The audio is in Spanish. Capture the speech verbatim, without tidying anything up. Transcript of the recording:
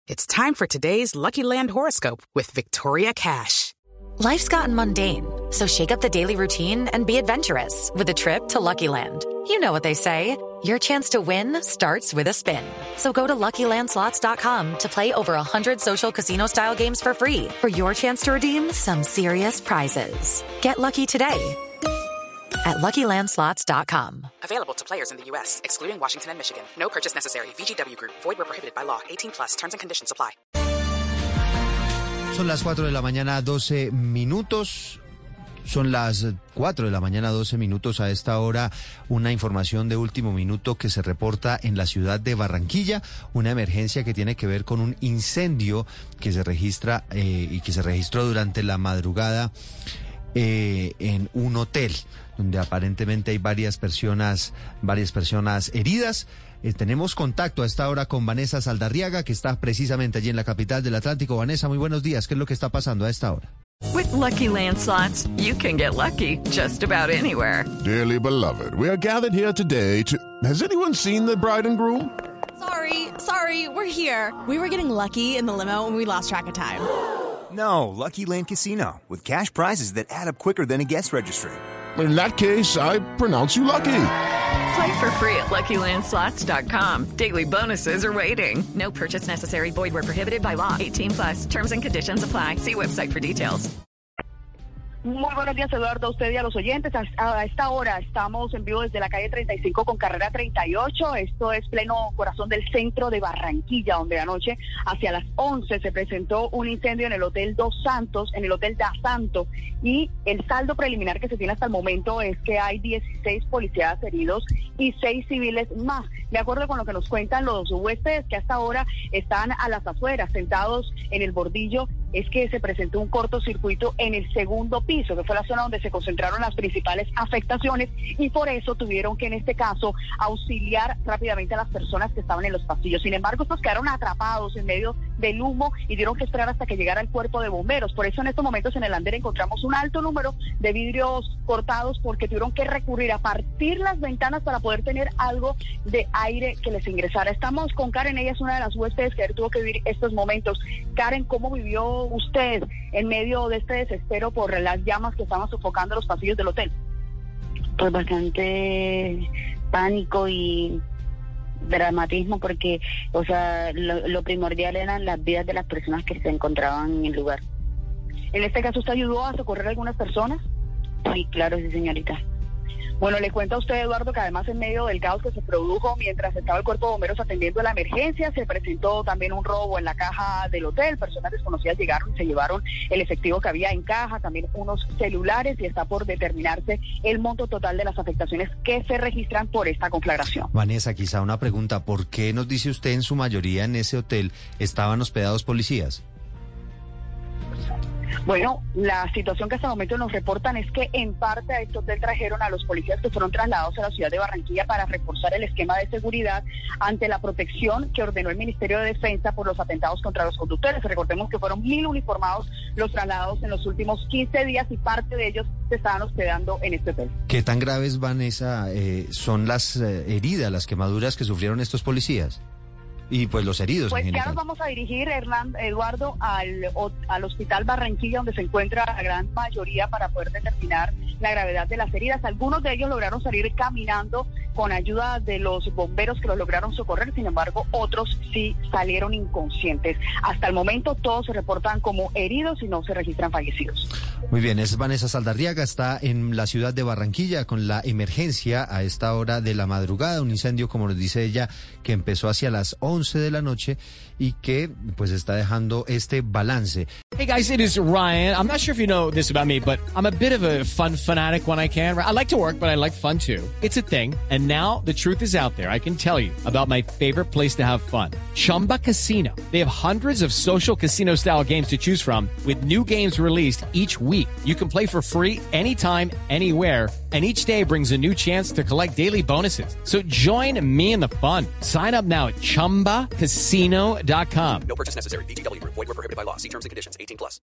It's time for today's Lucky Land horoscope with Victoria Cash. Life's gotten mundane, so shake up the daily routine and be adventurous with a trip to Lucky Land. You know what they say, your chance to win starts with a spin. So go to Lucky Land Slots dot com to play over one hundred social casino-style games for free for your chance to redeem some serious prizes. Get lucky today at Lucky Land Slots dot com. Available to players in the U S, excluding Washington and Michigan. No purchase necessary. V G W Group. Void where prohibited by law. eighteen plus. Terms and conditions apply. Son las cuatro de la mañana, doce minutos. Son las cuatro de la mañana, doce minutos. A esta hora, una información de último minuto que se reporta en la ciudad de Barranquilla. Una emergencia que tiene que ver con un incendio que se registra eh, y que se registró durante la madrugada eh, en un hotel, donde aparentemente hay varias personas, varias personas heridas. Eh, tenemos contacto a esta hora con Vanessa Saldarriaga, que está precisamente allí en la capital del Atlántico. Vanessa, muy buenos días. ¿Qué es lo que está pasando a esta hora? With Lucky Land Slots, you can get lucky just about anywhere. Dearly beloved, we are gathered here today to... Has anyone seen the bride and groom? Sorry, sorry, we're here. We were getting lucky in the limo and we lost track of time. No, Lucky Land Casino, with cash prizes that add up quicker than a guest registry. In that case, I pronounce you lucky. Play for free at Lucky Land Slots dot com. Daily bonuses are waiting. No purchase necessary. Void where prohibited by law. eighteen plus. Terms and conditions apply. See website for details. Muy buenos días, Eduardo, a usted y a los oyentes. A esta hora estamos en vivo desde la calle treinta y cinco con carrera treinta y ocho. Esto es pleno corazón del centro de Barranquilla, donde anoche hacia las once se presentó un incendio en el Hotel Dos Santos, en el Hotel Da Santo, y el saldo preliminar que se tiene hasta el momento es que hay dieciséis policías heridos y seis civiles más. De acuerdo con lo que nos cuentan los huéspedes que hasta ahora están a las afueras, sentados en el bordillo, es que se presentó un cortocircuito en el segundo piso, que fue la zona donde se concentraron las principales afectaciones, y por eso tuvieron que en este caso auxiliar rápidamente a las personas que estaban en los pasillos. Sin embargo, estos quedaron atrapados en medio del humo y tuvieron que esperar hasta que llegara el cuerpo de bomberos. Por eso en estos momentos en el andén encontramos un alto número de vidrios cortados, porque tuvieron que recurrir a partir las ventanas para poder tener algo de aire que les ingresara. Estamos con Karen, ella es una de las huéspedes que tuvo que vivir estos momentos. Karen, ¿cómo vivió usted en medio de este desespero por las llamas que estaban sofocando los pasillos del hotel? Pues bastante pánico y dramatismo, porque, o sea, lo, lo primordial eran las vidas de las personas que se encontraban en el lugar. En este caso, ¿usted ayudó a socorrer a algunas personas? Sí, claro, sí, señorita. Bueno, le cuento a usted, Eduardo, que además en medio del caos que se produjo mientras estaba el cuerpo de bomberos atendiendo la emergencia, se presentó también un robo en la caja del hotel. Personas desconocidas llegaron y se llevaron el efectivo que había en caja, también unos celulares, y está por determinarse el monto total de las afectaciones que se registran por esta conflagración. Vanessa, quizá una pregunta, ¿por qué nos dice usted en su mayoría en ese hotel estaban hospedados policías? Bueno, la situación que hasta el momento nos reportan es que en parte a este hotel trajeron a los policías que fueron trasladados a la ciudad de Barranquilla para reforzar el esquema de seguridad ante la protección que ordenó el Ministerio de Defensa por los atentados contra los conductores. Recordemos que fueron mil uniformados los trasladados en los últimos quince días y parte de ellos se estaban hospedando en este hotel. ¿Qué tan graves, Vanessa, eh, son las eh, heridas, las quemaduras que sufrieron estos policías? Y pues los heridos pues en general. Ya nos vamos a dirigir, Hernán, Eduardo, al, al Hospital Barranquilla, donde se encuentra la gran mayoría, para poder determinar la gravedad de las heridas. Algunos de ellos lograron salir caminando con ayuda de los bomberos que los lograron socorrer, sin embargo, otros sí salieron inconscientes. Hasta el momento todos se reportan como heridos y no se registran fallecidos. Muy bien, es Vanessa Saldarriaga, está en la ciudad de Barranquilla con la emergencia a esta hora de la madrugada, un incendio, como nos dice ella, que empezó hacia las once de la noche y que pues está dejando este balance. Hey guys, it is Ryan. I'm not sure if you know this about me, but I'm a bit of a fun fanatic when I can. I like to work, but I like fun too. It's a thing. And now the truth is out there. I can tell you about my favorite place to have fun. Chumba Casino. They have hundreds of social casino style games to choose from with new games released each week. You can play for free anytime, anywhere. And each day brings a new chance to collect daily bonuses. So join me in the fun. Sign up now at chumba casino dot com. No purchase necessary. V G W Group. Void where prohibited by law. See terms and conditions. eighteen plus.